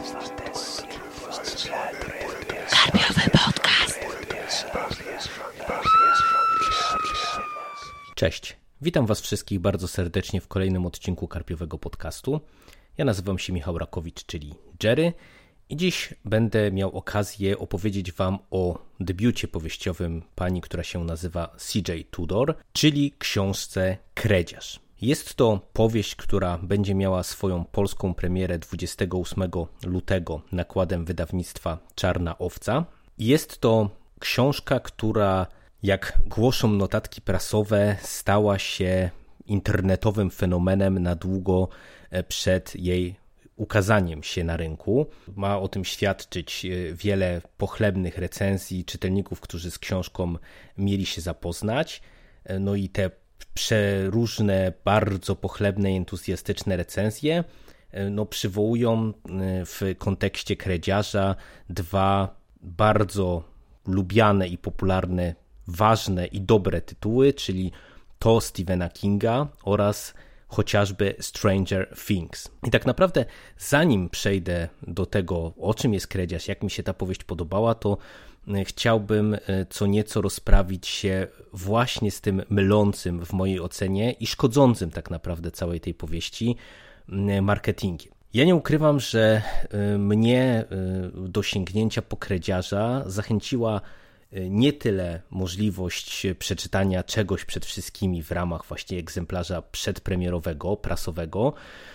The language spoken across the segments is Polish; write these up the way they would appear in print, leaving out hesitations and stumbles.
Karpiowy podcast. Cześć, witam Was wszystkich bardzo serdecznie w kolejnym odcinku Karpiowego podcastu. Ja nazywam się Michał Rakowicz, czyli Jerry, i dziś będę miał okazję opowiedzieć Wam o debiucie powieściowym pani, która się nazywa CJ Tudor, czyli książce Kredziarz. Jest to powieść, która będzie miała swoją polską premierę 28 lutego nakładem wydawnictwa Czarna Owca. Jest to książka, która, jak głoszą notatki prasowe, stała się internetowym fenomenem na długo przed jej ukazaniem się na rynku. Ma o tym świadczyć wiele pochlebnych recenzji czytelników, którzy z książką mieli się zapoznać. No i te przeróżne, bardzo pochlebne i entuzjastyczne recenzje przywołują w kontekście Kredziarza dwa bardzo lubiane i popularne, ważne i dobre tytuły, czyli to Stephena Kinga oraz chociażby Stranger Things. I tak naprawdę zanim przejdę do tego, o czym jest Kredziarz, jak mi się ta powieść podobała, to chciałbym co nieco rozprawić się właśnie z tym mylącym w mojej ocenie i szkodzącym tak naprawdę całej tej powieści marketingiem. Ja nie ukrywam, że mnie do sięgnięcia po Kredziarza zachęciła nie tyle możliwość przeczytania czegoś przed wszystkimi w ramach właśnie egzemplarza przedpremierowego, prasowego,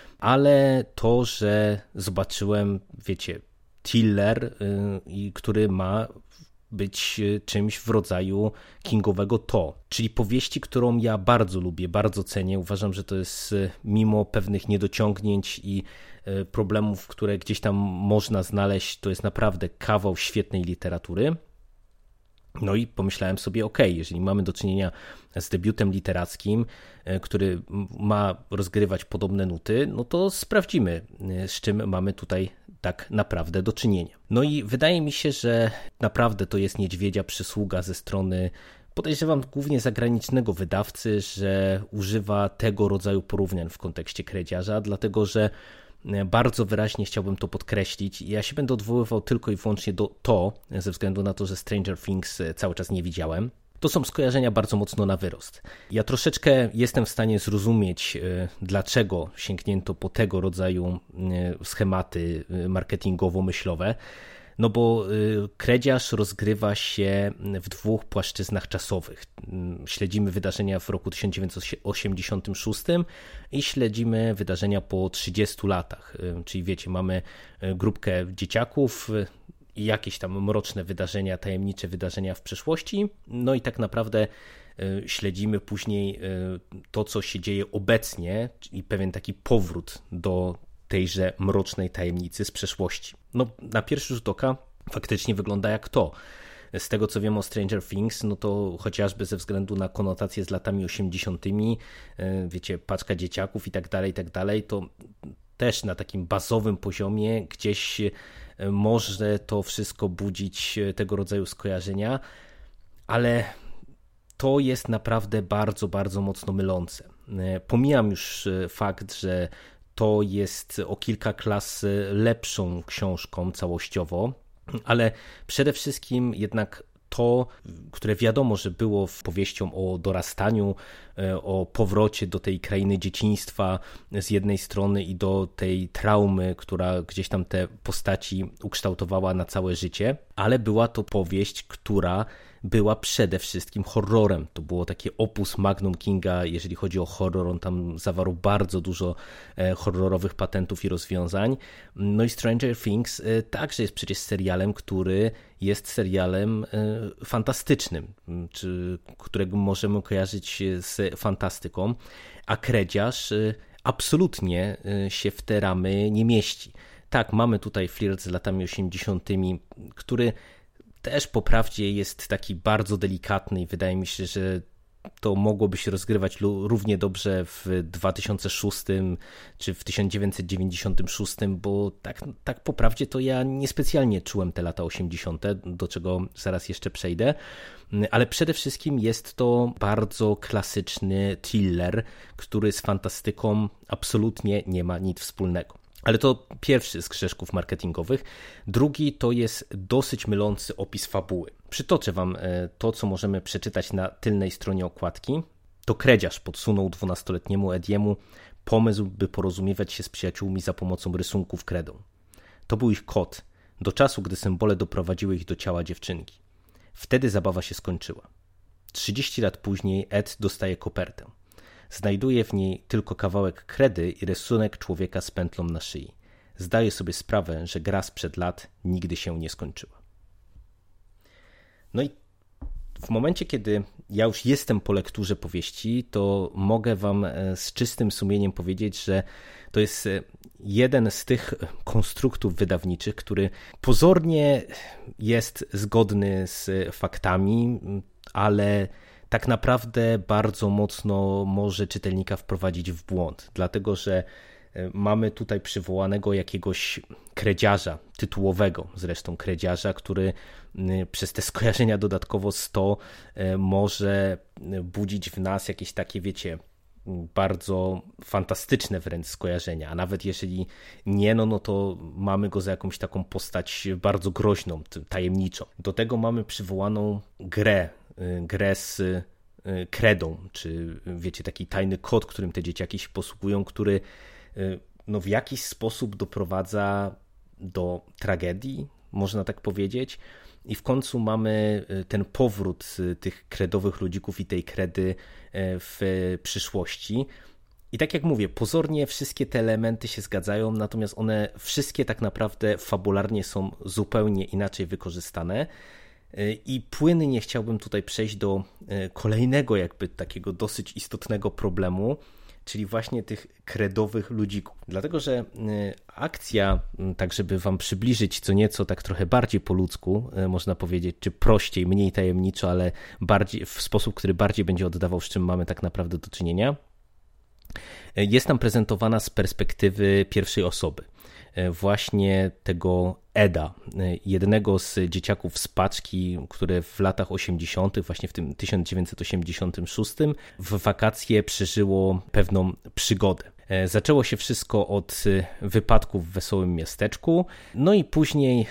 ale to, że zobaczyłem, wiecie, thriller, który ma być czymś w rodzaju kingowego czyli powieści, którą ja bardzo lubię, bardzo cenię. Uważam, że to jest mimo pewnych niedociągnięć i problemów, które gdzieś tam można znaleźć, to jest naprawdę kawał świetnej literatury. No i pomyślałem sobie, jeżeli mamy do czynienia z debiutem literackim, który ma rozgrywać podobne nuty, no to sprawdzimy, z czym mamy tutaj tak naprawdę do czynienia. No i wydaje mi się, że naprawdę to jest niedźwiedzia przysługa ze strony, podejrzewam, głównie zagranicznego wydawcy, że używa tego rodzaju porównań w kontekście Kredziarza, dlatego że bardzo wyraźnie chciałbym to podkreślić. Ja się będę odwoływał tylko i wyłącznie do ze względu na to, że Stranger Things cały czas nie widziałem. To są skojarzenia bardzo mocno na wyrost. Ja troszeczkę jestem w stanie zrozumieć, dlaczego sięgnięto po tego rodzaju schematy marketingowo-myślowe, no bo Kredziarz rozgrywa się w dwóch płaszczyznach czasowych. Śledzimy wydarzenia w roku 1986 i śledzimy wydarzenia po 30 latach. Czyli wiecie, mamy grupkę dzieciaków i jakieś tam mroczne wydarzenia, tajemnicze wydarzenia w przeszłości. No i tak naprawdę śledzimy później to, co się dzieje obecnie, czyli pewien taki powrót do tejże mrocznej tajemnicy z przeszłości. No, na pierwszy rzut oka faktycznie wygląda jak to. Z tego, co wiem o Stranger Things, no to chociażby ze względu na konotacje z latami 80., wiecie, paczka dzieciaków i tak dalej, to też na takim bazowym poziomie gdzieś może to wszystko budzić tego rodzaju skojarzenia, ale to jest naprawdę bardzo, bardzo mocno mylące. Pomijam już fakt, że to jest o kilka klas lepszą książką całościowo, ale przede wszystkim jednak to, które wiadomo, że było powieścią o dorastaniu, o powrocie do tej krainy dzieciństwa z jednej strony i do tej traumy, która gdzieś tam te postaci ukształtowała na całe życie, ale była to powieść, która była przede wszystkim horrorem. To było takie opus magnum Kinga, jeżeli chodzi o horror. On tam zawarł bardzo dużo horrorowych patentów i rozwiązań. No i Stranger Things także jest przecież serialem, który jest serialem fantastycznym, którego możemy kojarzyć z fantastyką, a Kredziarz absolutnie się w te ramy nie mieści. Tak, mamy tutaj flirt z latami 80., który też po prawdzie jest taki bardzo delikatny i wydaje mi się, że to mogłoby się rozgrywać równie dobrze w 2006 czy w 1996, bo tak po prawdzie to ja niespecjalnie czułem te lata 80., do czego zaraz jeszcze przejdę, ale przede wszystkim jest to bardzo klasyczny thriller, który z fantastyką absolutnie nie ma nic wspólnego. Ale to pierwszy z grzeszków marketingowych. Drugi to jest dosyć mylący opis fabuły. Przytoczę wam to, co możemy przeczytać na tylnej stronie okładki. To kredziarz podsunął 12-letniemu Ediemu pomysł, by porozumiewać się z przyjaciółmi za pomocą rysunków kredą. To był ich kod, do czasu, gdy symbole doprowadziły ich do ciała dziewczynki. Wtedy zabawa się skończyła. 30 lat później Ed dostaje kopertę. Znajduje w niej tylko kawałek kredy i rysunek człowieka z pętlą na szyi. Zdaje sobie sprawę, że gra sprzed lat nigdy się nie skończyła. No i w momencie, kiedy ja już jestem po lekturze powieści, to mogę wam z czystym sumieniem powiedzieć, że to jest jeden z tych konstruktów wydawniczych, który pozornie jest zgodny z faktami, ale tak naprawdę bardzo mocno może czytelnika wprowadzić w błąd, dlatego że mamy tutaj przywołanego jakiegoś kredziarza, tytułowego zresztą kredziarza, który przez te skojarzenia dodatkowo 100 może budzić w nas jakieś takie, wiecie, bardzo fantastyczne wręcz skojarzenia, a nawet jeżeli nie, no to mamy go za jakąś taką postać bardzo groźną, tajemniczą. Do tego mamy przywołaną grę z kredą, czy wiecie, taki tajny kod, którym te dzieciaki się posługują, który no w jakiś sposób doprowadza do tragedii, można tak powiedzieć. I w końcu mamy ten powrót tych kredowych ludzików i tej kredy w przyszłości. I tak jak mówię, pozornie wszystkie te elementy się zgadzają, natomiast one wszystkie tak naprawdę fabularnie są zupełnie inaczej wykorzystane. I płynnie chciałbym tutaj przejść do kolejnego jakby takiego dosyć istotnego problemu, czyli właśnie tych kredowych ludzików. Dlatego, że akcja, tak żeby wam przybliżyć co nieco tak trochę bardziej po ludzku, można powiedzieć, czy prościej, mniej tajemniczo, ale bardziej, w sposób, który bardziej będzie oddawał, z czym mamy tak naprawdę do czynienia, jest nam prezentowana z perspektywy pierwszej osoby. Właśnie tego Eda, jednego z dzieciaków z paczki, które w latach 80., właśnie w tym 1986, w wakacje przeżyło pewną przygodę. Zaczęło się wszystko od wypadku w wesołym miasteczku, no i później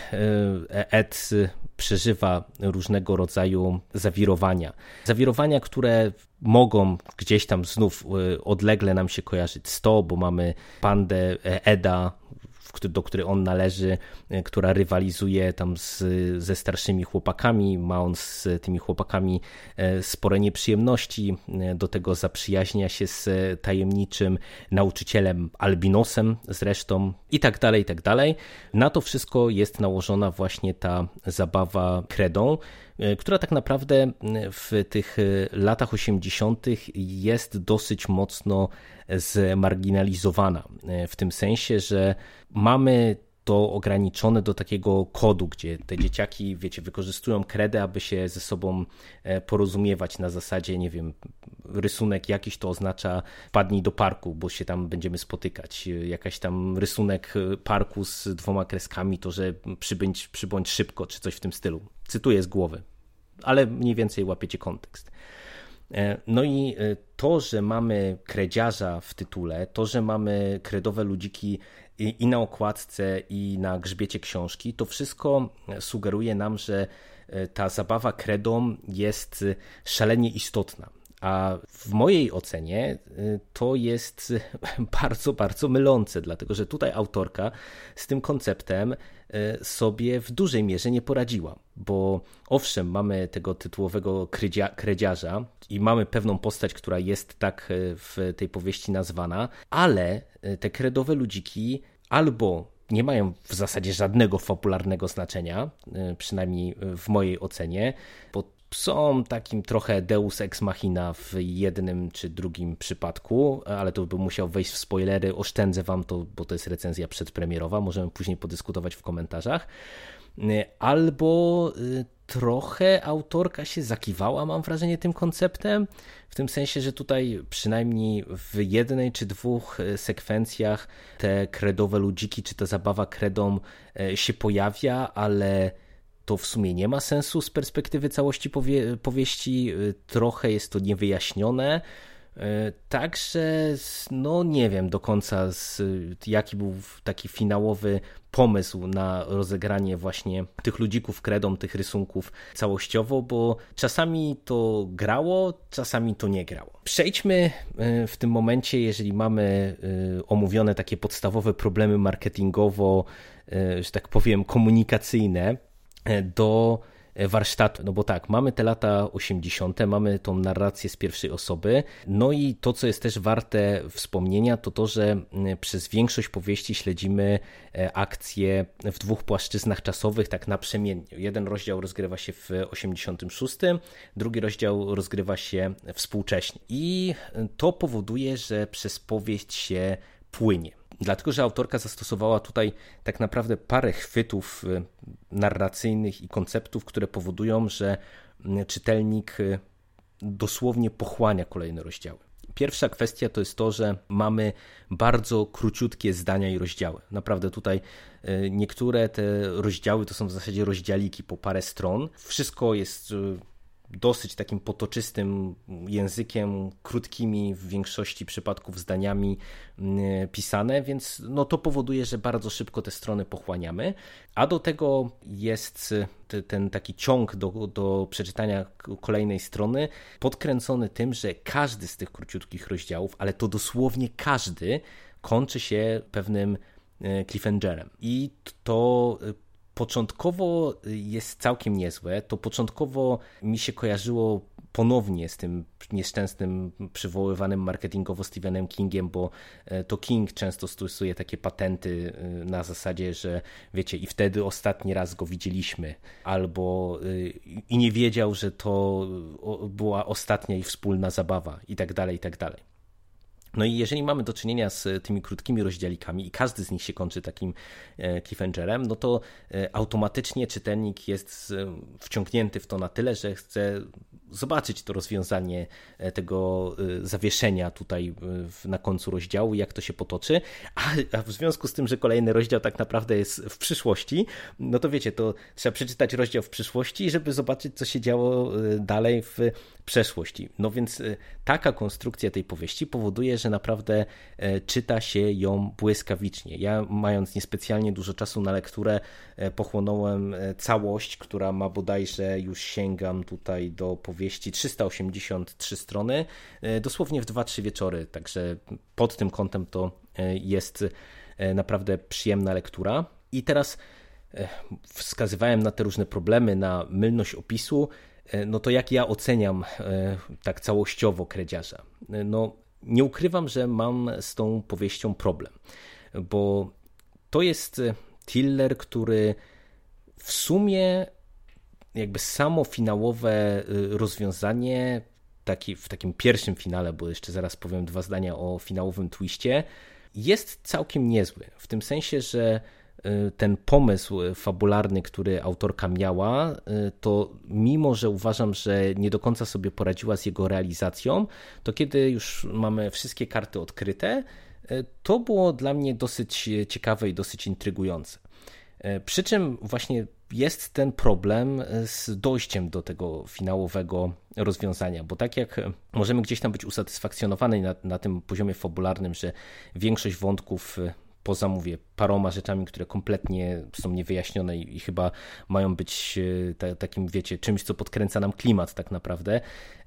Ed przeżywa różnego rodzaju zawirowania. Zawirowania, które mogą gdzieś tam znów odlegle nam się kojarzyć z to, bo mamy bandę Eda, do której on należy, która rywalizuje tam ze starszymi chłopakami, ma on z tymi chłopakami spore nieprzyjemności, do tego zaprzyjaźnia się z tajemniczym nauczycielem Albinosem zresztą i tak dalej, i tak dalej. Na to wszystko jest nałożona właśnie ta zabawa kredą, która tak naprawdę w tych latach 80. jest dosyć mocno zmarginalizowana. W tym sensie, że mamy to ograniczone do takiego kodu, gdzie te dzieciaki, wiecie, wykorzystują kredę, aby się ze sobą porozumiewać na zasadzie, nie wiem, rysunek jakiś to oznacza wpadnij do parku, bo się tam będziemy spotykać. Jakaś tam rysunek parku z 2 kreskami, to że przybądź szybko, czy coś w tym stylu. Cytuję z głowy, ale mniej więcej łapiecie kontekst. No i to, że mamy kredziarza w tytule, to, że mamy kredowe ludziki i na okładce, i na grzbiecie książki, to wszystko sugeruje nam, że ta zabawa kredą jest szalenie istotna. A w mojej ocenie to jest bardzo, bardzo mylące, dlatego że tutaj autorka z tym konceptem sobie w dużej mierze nie poradziła, bo owszem, mamy tego tytułowego kredziarza i mamy pewną postać, która jest tak w tej powieści nazwana, ale te kredowe ludziki albo nie mają w zasadzie żadnego fabularnego znaczenia, przynajmniej w mojej ocenie, bo są takim trochę deus ex machina w jednym czy drugim przypadku, ale to bym musiał wejść w spoilery, oszczędzę wam to, bo to jest recenzja przedpremierowa, możemy później podyskutować w komentarzach. Albo trochę autorka się zakiwała, mam wrażenie, tym konceptem, w tym sensie, że tutaj przynajmniej w jednej czy 2 sekwencjach te kredowe ludziki, czy ta zabawa kredą się pojawia, ale to w sumie nie ma sensu z perspektywy całości powieści, trochę jest to niewyjaśnione. Także no nie wiem do końca jaki był taki finałowy pomysł na rozegranie właśnie tych ludzików kredą, tych rysunków całościowo, bo czasami to grało, czasami to nie grało. Przejdźmy w tym momencie, jeżeli mamy omówione takie podstawowe problemy marketingowo, że tak powiem komunikacyjne, do warsztatu. No bo tak, mamy te lata 80., mamy tą narrację z pierwszej osoby, no i to, co jest też warte wspomnienia, to to, że przez większość powieści śledzimy akcje w dwóch płaszczyznach czasowych, tak naprzemiennie. Jeden rozdział rozgrywa się w 86., drugi rozdział rozgrywa się współcześnie. I to powoduje, że przez powieść się płynie. Dlatego, że autorka zastosowała tutaj tak naprawdę parę chwytów narracyjnych i konceptów, które powodują, że czytelnik dosłownie pochłania kolejne rozdziały. Pierwsza kwestia to jest to, że mamy bardzo króciutkie zdania i rozdziały. Naprawdę tutaj niektóre te rozdziały to są w zasadzie rozdziałiki po parę stron. Wszystko jest dosyć takim potoczystym językiem, krótkimi w większości przypadków zdaniami pisane, więc no to powoduje, że bardzo szybko te strony pochłaniamy, a do tego jest ten taki ciąg do przeczytania kolejnej strony podkręcony tym, że każdy z tych króciutkich rozdziałów, ale to dosłownie każdy, kończy się pewnym cliffhangerem i to początkowo jest całkiem niezłe. To początkowo mi się kojarzyło ponownie z tym nieszczęsnym przywoływanym marketingowo Stephenem Kingiem, bo to King często stosuje takie patenty na zasadzie, że wiecie, i wtedy ostatni raz go widzieliśmy, albo i nie wiedział, że to była ostatnia i wspólna zabawa i tak dalej, i tak dalej. No i jeżeli mamy do czynienia z tymi krótkimi rozdziałikami i każdy z nich się kończy takim cliffhangerem, no to automatycznie czytelnik jest wciągnięty w to na tyle, że chce zobaczyć to rozwiązanie tego zawieszenia tutaj na końcu rozdziału, jak to się potoczy, a w związku z tym, że kolejny rozdział tak naprawdę jest w przyszłości, no to wiecie, to trzeba przeczytać rozdział w przyszłości, żeby zobaczyć, co się działo dalej w przeszłości. No więc taka konstrukcja tej powieści powoduje, że naprawdę czyta się ją błyskawicznie. Ja, mając niespecjalnie dużo czasu na lekturę, pochłonąłem całość, która ma bodajże, już sięgam tutaj do powieści 383 strony, dosłownie w 2-3 wieczory, także pod tym kątem to jest naprawdę przyjemna lektura. I teraz wskazywałem na te różne problemy, na mylność opisu, no to jak ja oceniam tak całościowo Kredziarza? No nie ukrywam, że mam z tą powieścią problem, bo to jest thriller, który w sumie jakby samo finałowe rozwiązanie, w takim pierwszym finale, bo jeszcze zaraz powiem 2 zdania o finałowym twiście, jest całkiem niezły. W tym sensie, że ten pomysł fabularny, który autorka miała, to mimo, że uważam, że nie do końca sobie poradziła z jego realizacją, to kiedy już mamy wszystkie karty odkryte, to było dla mnie dosyć ciekawe i dosyć intrygujące. Przy czym właśnie jest ten problem z dojściem do tego finałowego rozwiązania, bo tak jak możemy gdzieś tam być usatysfakcjonowani na tym poziomie fabularnym, że większość wątków, poza, mówię, paroma rzeczami, które kompletnie są niewyjaśnione i chyba mają być takim, wiecie, czymś, co podkręca nam klimat tak naprawdę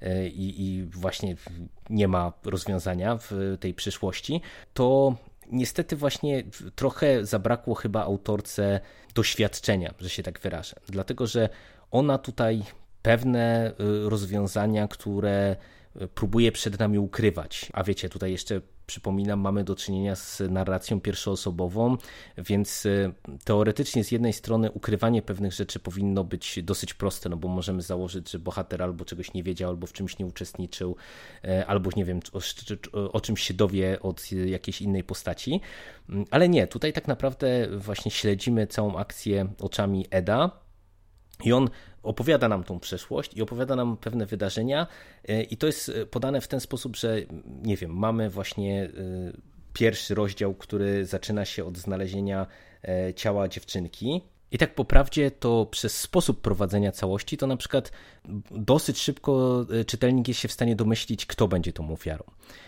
i właśnie nie ma rozwiązania w tej przyszłości, to niestety właśnie trochę zabrakło chyba autorce doświadczenia, że się tak wyrażę. Dlatego, że ona tutaj pewne rozwiązania, które próbuje przed nami ukrywać, a wiecie, tutaj jeszcze przypominam, mamy do czynienia z narracją pierwszoosobową, więc teoretycznie z jednej strony ukrywanie pewnych rzeczy powinno być dosyć proste, no bo możemy założyć, że bohater albo czegoś nie wiedział, albo w czymś nie uczestniczył, albo nie wiem, o czymś się dowie od jakiejś innej postaci, ale nie, tutaj tak naprawdę właśnie śledzimy całą akcję oczami Eda i on opowiada nam tą przeszłość i opowiada nam pewne wydarzenia i to jest podane w ten sposób, że nie wiem, mamy właśnie pierwszy rozdział, który zaczyna się od znalezienia ciała dziewczynki I tak po prawdzie to przez sposób prowadzenia całości to na przykład dosyć szybko czytelnik jest się w stanie domyślić, kto będzie tą ofiarą,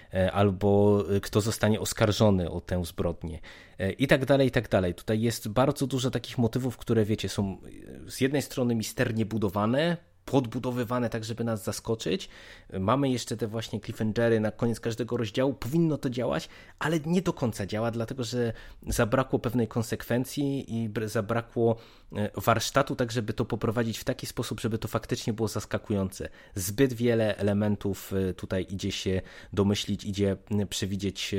albo kto zostanie oskarżony o tę zbrodnię i tak dalej, i tak dalej. Tutaj jest bardzo dużo takich motywów, które wiecie, są z jednej strony misternie budowane, podbudowywane tak, żeby nas zaskoczyć. Mamy jeszcze te właśnie cliffhangery na koniec każdego rozdziału. Powinno to działać, ale nie do końca działa, dlatego że zabrakło pewnej konsekwencji i zabrakło warsztatu, tak żeby to poprowadzić w taki sposób, żeby to faktycznie było zaskakujące. Zbyt wiele elementów tutaj idzie się domyślić, idzie przewidzieć,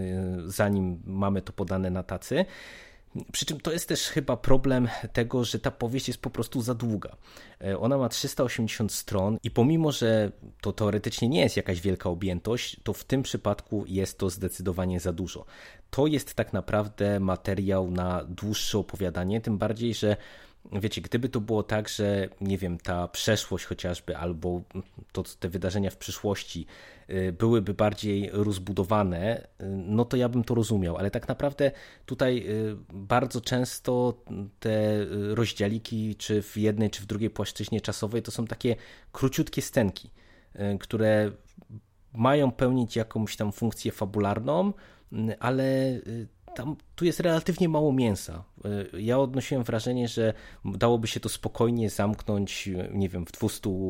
zanim mamy to podane na tacy. Przy czym to jest też chyba problem tego, że ta powieść jest po prostu za długa. Ona ma 380 stron i pomimo, że to teoretycznie nie jest jakaś wielka objętość, to w tym przypadku jest to zdecydowanie za dużo. To jest tak naprawdę materiał na dłuższe opowiadanie, tym bardziej, że wiecie, gdyby to było tak, że nie wiem, ta przeszłość chociażby albo te wydarzenia w przyszłości byłyby bardziej rozbudowane, no to ja bym to rozumiał, ale tak naprawdę tutaj bardzo często te rozdziałiki, czy w jednej, czy w drugiej płaszczyźnie czasowej, to są takie króciutkie scenki, które mają pełnić jakąś tam funkcję fabularną, ale tu jest relatywnie mało mięsa. Ja odnosiłem wrażenie, że dałoby się to spokojnie zamknąć, nie wiem, w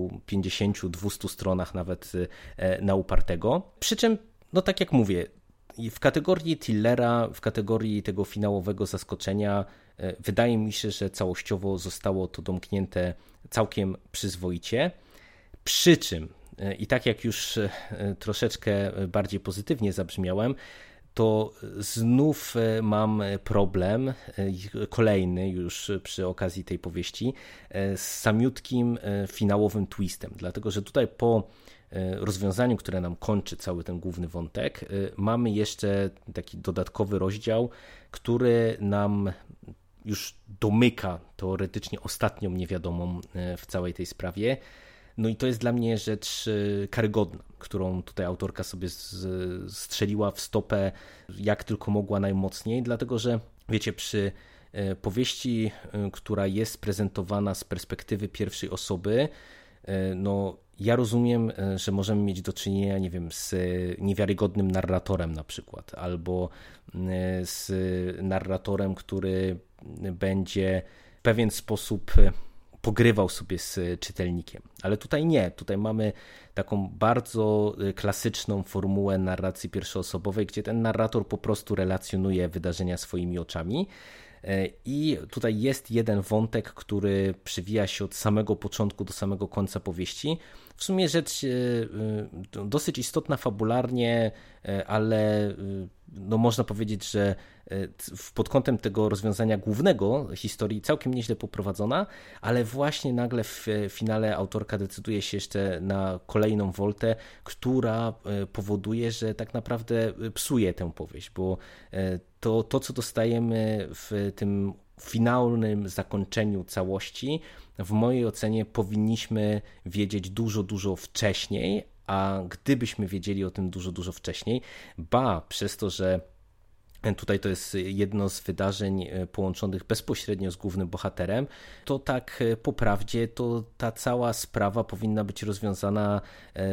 250-200 stronach nawet na upartego. Przy czym, no tak jak mówię, w kategorii thrillera, w kategorii tego finałowego zaskoczenia wydaje mi się, że całościowo zostało to domknięte całkiem przyzwoicie. Przy czym, i tak jak już troszeczkę bardziej pozytywnie zabrzmiałem, to znów mam problem, kolejny już przy okazji tej powieści, z samiutkim finałowym twistem, dlatego że tutaj po rozwiązaniu, które nam kończy cały ten główny wątek, mamy jeszcze taki dodatkowy rozdział, który nam już domyka teoretycznie ostatnią niewiadomą w całej tej sprawie. No i to jest dla mnie rzecz karygodna, którą tutaj autorka sobie strzeliła w stopę jak tylko mogła najmocniej, dlatego że wiecie, przy powieści, która jest prezentowana z perspektywy pierwszej osoby, no ja rozumiem, że możemy mieć do czynienia, nie wiem, z niewiarygodnym narratorem na przykład, albo z narratorem, który będzie w pewien sposób pogrywał sobie z czytelnikiem. Ale tutaj nie. Tutaj mamy taką bardzo klasyczną formułę narracji pierwszoosobowej, gdzie ten narrator po prostu relacjonuje wydarzenia swoimi oczami. I tutaj jest jeden wątek, który przywija się od samego początku do samego końca powieści. W sumie rzecz dosyć istotna fabularnie, ale no można powiedzieć, że pod kątem tego rozwiązania głównego historii całkiem nieźle poprowadzona, ale właśnie nagle w finale autorka decyduje się jeszcze na kolejną woltę, która powoduje, że tak naprawdę psuje tę powieść, bo to co dostajemy w tym finalnym zakończeniu całości, w mojej ocenie powinniśmy wiedzieć dużo wcześniej, a gdybyśmy wiedzieli o tym dużo wcześniej, przez to, że tutaj to jest jedno z wydarzeń połączonych bezpośrednio z głównym bohaterem, to tak po prawdzie to ta cała sprawa powinna być rozwiązana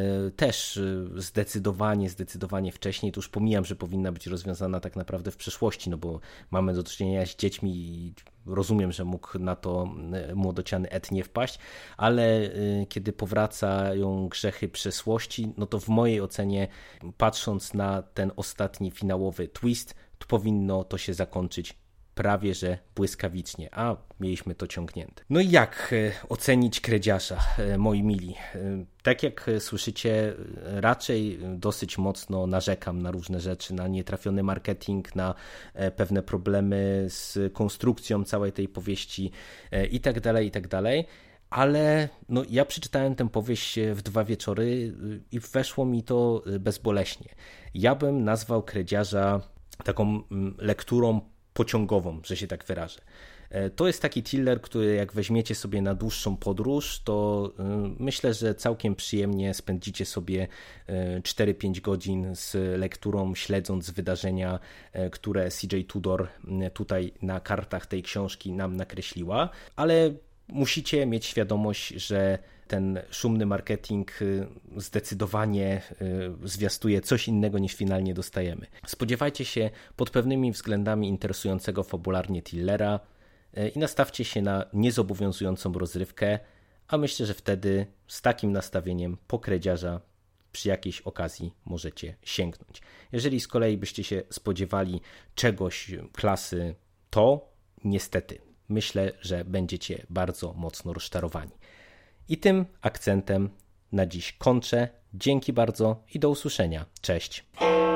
też zdecydowanie wcześniej. To już pomijam, że powinna być rozwiązana tak naprawdę w przyszłości, no bo mamy do czynienia z dziećmi i rozumiem, że mógł na to młodociany Ed nie wpaść, ale kiedy powracają grzechy przeszłości, no to w mojej ocenie, patrząc na ten ostatni finałowy twist, to powinno to się zakończyć prawie że błyskawicznie, a mieliśmy to ciągnięte. No i jak ocenić Kredziarza, moi mili? Tak jak słyszycie, raczej dosyć mocno narzekam na różne rzeczy, na nietrafiony marketing, na pewne problemy z konstrukcją całej tej powieści i tak dalej. Ale no, ja przeczytałem tę powieść w 2 wieczory i weszło mi to bezboleśnie. Ja bym nazwał Kredziarza taką lekturą pociągową, że się tak wyrażę. To jest taki thriller, który jak weźmiecie sobie na dłuższą podróż, to myślę, że całkiem przyjemnie spędzicie sobie 4-5 godzin z lekturą, śledząc wydarzenia, które CJ Tudor tutaj na kartach tej książki nam nakreśliła, ale musicie mieć świadomość, że ten szumny marketing zdecydowanie zwiastuje coś innego niż finalnie dostajemy. Spodziewajcie się pod pewnymi względami interesującego fabularnie thrillera i nastawcie się na niezobowiązującą rozrywkę, a myślę, że wtedy z takim nastawieniem po Kredziarza przy jakiejś okazji możecie sięgnąć. Jeżeli z kolei byście się spodziewali czegoś klasy to, niestety, myślę, że będziecie bardzo mocno rozczarowani. I tym akcentem na dziś kończę. Dzięki bardzo i do usłyszenia. Cześć.